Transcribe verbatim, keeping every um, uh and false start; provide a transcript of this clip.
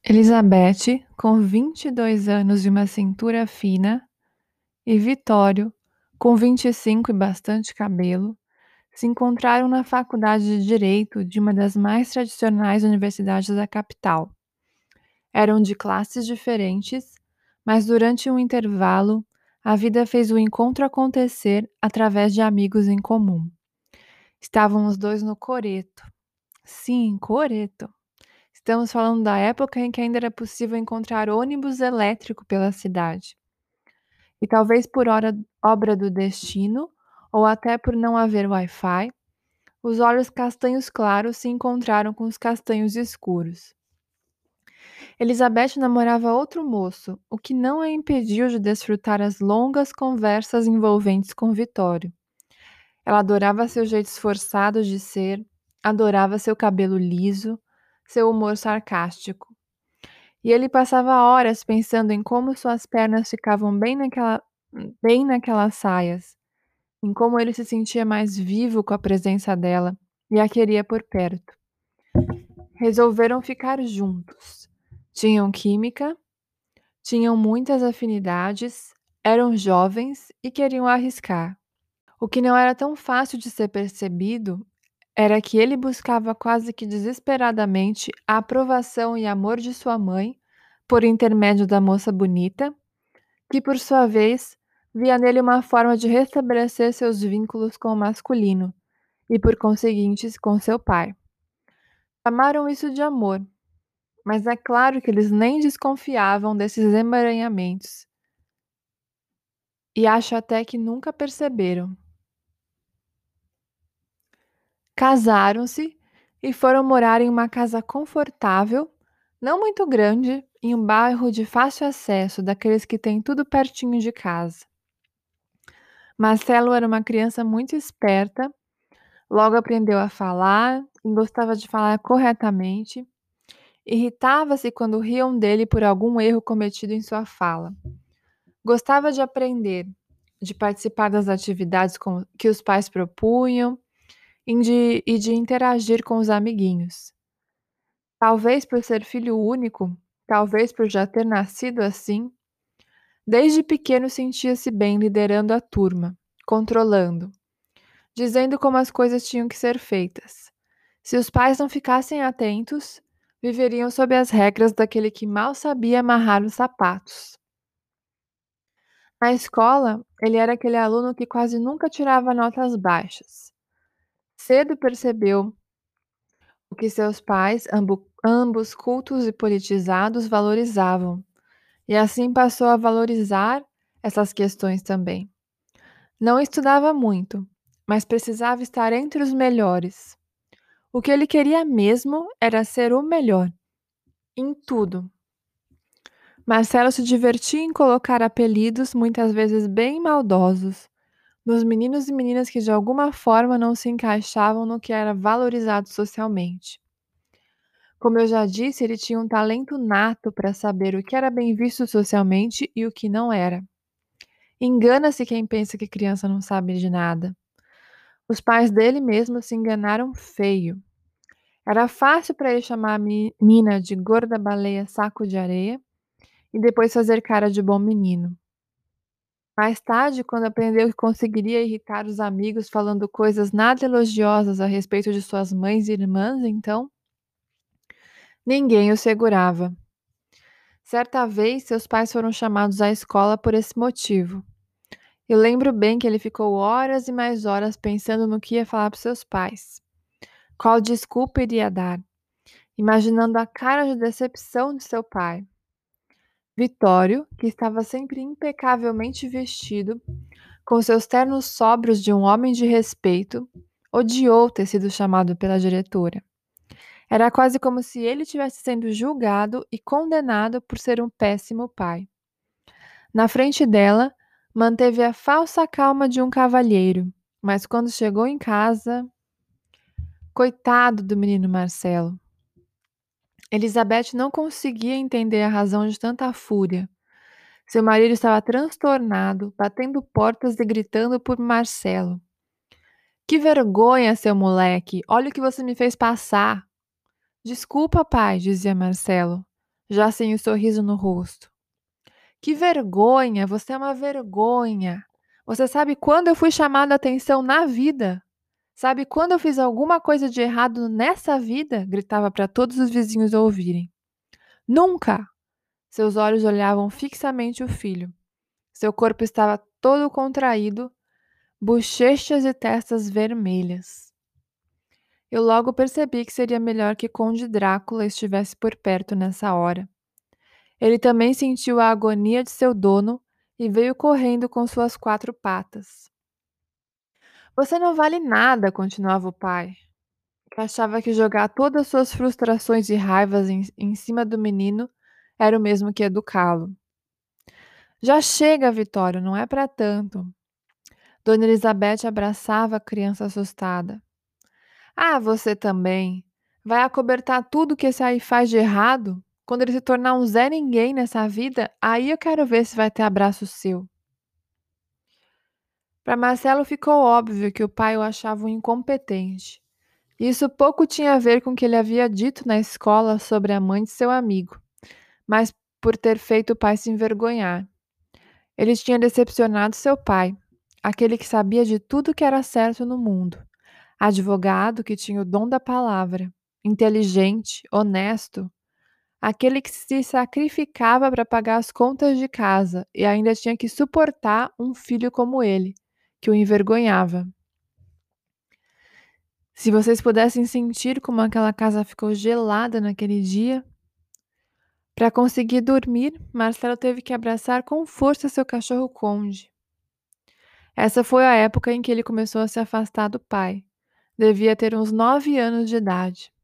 Elizabeth, com vinte e dois anos e uma cintura fina, e Vitório, com vinte e cinco e bastante cabelo, se encontraram na faculdade de Direito de uma das mais tradicionais universidades da capital. Eram de classes diferentes, mas durante um intervalo, a vida fez o encontro acontecer através de amigos em comum. Estavam os dois no coreto. Sim, coreto. Estamos falando da época em que ainda era possível encontrar ônibus elétrico pela cidade. E talvez por hora- obra do destino, ou até por não haver Wi-Fi, os olhos castanhos claros se encontraram com os castanhos escuros. Elizabeth namorava outro moço, o que não a impediu de desfrutar as longas conversas envolventes com Vitório. Ela adorava seu jeito esforçado de ser, adorava seu cabelo liso, seu humor sarcástico. E ele passava horas pensando em como suas pernas ficavam bem naquela bem naquelas saias, em como ele se sentia mais vivo com a presença dela e a queria por perto. Resolveram ficar juntos. Tinham química, tinham muitas afinidades, eram jovens e queriam arriscar. O que não era tão fácil de ser percebido era que ele buscava quase que desesperadamente a aprovação e amor de sua mãe por intermédio da moça bonita, que por sua vez via nele uma forma de restabelecer seus vínculos com o masculino e por conseguinte com seu pai. Chamaram isso de amor, mas é claro que eles nem desconfiavam desses emaranhamentos e acho até que nunca perceberam. Casaram-se e foram morar em uma casa confortável, não muito grande, em um bairro de fácil acesso, daqueles que têm tudo pertinho de casa. Marcelo era uma criança muito esperta, logo aprendeu a falar e gostava de falar corretamente. Irritava-se quando riam dele por algum erro cometido em sua fala. Gostava de aprender, de participar das atividades com- que os pais propunham e de, e de interagir com os amiguinhos. Talvez por ser filho único, talvez por já ter nascido assim, desde pequeno sentia-se bem liderando a turma, controlando, dizendo como as coisas tinham que ser feitas. Se os pais não ficassem atentos, viveriam sob as regras daquele que mal sabia amarrar os sapatos. Na escola, ele era aquele aluno que quase nunca tirava notas baixas. Cedo percebeu o que seus pais, ambo- ambos cultos e politizados, valorizavam, e assim passou a valorizar essas questões também. Não estudava muito, mas precisava estar entre os melhores. O que ele queria mesmo era ser o melhor, em tudo. Marcelo se divertia em colocar apelidos, muitas vezes bem maldosos, nos meninos e meninas que de alguma forma não se encaixavam no que era valorizado socialmente. Como eu já disse, ele tinha um talento nato para saber o que era bem visto socialmente e o que não era. Engana-se quem pensa que criança não sabe de nada. Os pais dele mesmo se enganaram feio. Era fácil para ele chamar a menina de gorda baleia saco de areia e depois fazer cara de bom menino. Mais tarde, quando aprendeu que conseguiria irritar os amigos falando coisas nada elogiosas a respeito de suas mães e irmãs, então, ninguém o segurava. Certa vez, seus pais foram chamados à escola por esse motivo. Eu lembro bem que ele ficou horas e mais horas pensando no que ia falar para seus pais. Qual desculpa iria dar? Imaginando a cara de decepção de seu pai. Vitório, que estava sempre impecavelmente vestido, com seus ternos sóbrios de um homem de respeito, odiou ter sido chamado pela diretora. Era quase como se ele estivesse sendo julgado e condenado por ser um péssimo pai. Na frente dela, manteve a falsa calma de um cavalheiro, mas quando chegou em casa, coitado do menino Marcelo. Elizabeth não conseguia entender a razão de tanta fúria. Seu marido estava transtornado, batendo portas e gritando por Marcelo. Que vergonha, seu moleque! Olha o que você me fez passar! Desculpa, pai, dizia Marcelo, já sem o sorriso no rosto. Que vergonha! Você é uma vergonha! Você sabe quando eu fui chamada a atenção na vida? Sabe quando eu fiz alguma coisa de errado nessa vida? Gritava para todos os vizinhos ouvirem. Nunca! Seus olhos olhavam fixamente o filho. Seu corpo estava todo contraído, bochechas e testas vermelhas. Eu logo percebi que seria melhor que Conde Drácula estivesse por perto nessa hora. Ele também sentiu a agonia de seu dono e veio correndo com suas quatro patas. Você não vale nada, continuava o pai, que achava que jogar todas suas frustrações e raivas em, em cima do menino era o mesmo que educá-lo. Já chega, Vitório, não é para tanto. Dona Elizabeth abraçava a criança assustada. Ah, você também. Vai acobertar tudo que esse aí faz de errado? Quando ele se tornar um Zé Ninguém nessa vida, aí eu quero ver se vai ter abraço seu. Para Marcelo ficou óbvio que o pai o achava um incompetente. Isso pouco tinha a ver com o que ele havia dito na escola sobre a mãe de seu amigo, mas por ter feito o pai se envergonhar. Ele tinha decepcionado seu pai, aquele que sabia de tudo que era certo no mundo, advogado que tinha o dom da palavra, inteligente, honesto, aquele que se sacrificava para pagar as contas de casa e ainda tinha que suportar um filho como ele, que o envergonhava. Se vocês pudessem sentir como aquela casa ficou gelada naquele dia. Para conseguir dormir, Marcelo teve que abraçar com força seu cachorro Conde. Essa foi a época em que ele começou a se afastar do pai. Devia ter uns nove anos de idade.